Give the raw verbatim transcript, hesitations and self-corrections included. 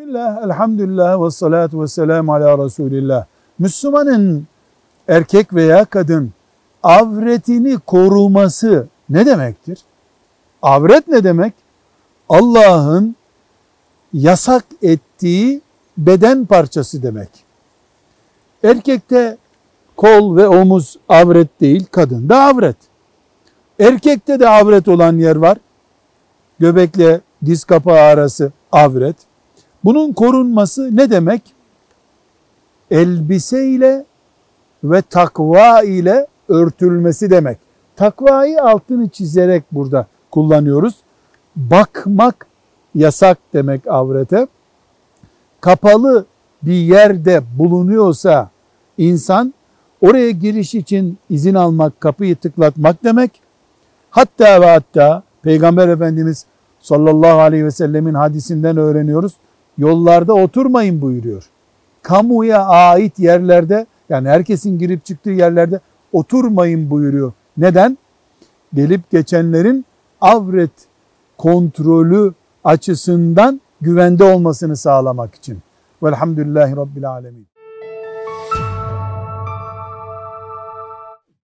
Bismillah, elhamdülillah ve salatu ve selamu ala Resulillah. Müslümanın erkek veya kadın avretini koruması ne demektir? Avret ne demek? Allah'ın yasak ettiği beden parçası demek. Erkekte kol ve omuz avret değil, kadında avret. Erkekte de avret olan yer var. Göbekle diz kapağı arası avret. Bunun korunması ne demek? Elbise ile ve takva ile örtülmesi demek. Takvayı altını çizerek burada kullanıyoruz. Bakmak yasak demek avrete. Kapalı bir yerde bulunuyorsa insan, oraya giriş için izin almak, kapıyı tıklatmak demek. Hatta ve hatta Peygamber Efendimiz sallallahu aleyhi ve sellemin hadisinden öğreniyoruz. Yollarda oturmayın buyuruyor. Kamuya ait yerlerde, yani herkesin girip çıktığı yerlerde oturmayın buyuruyor. Neden? Gelip geçenlerin avret kontrolü açısından güvende olmasını sağlamak için. Velhamdülillahi Rabbil Alemin.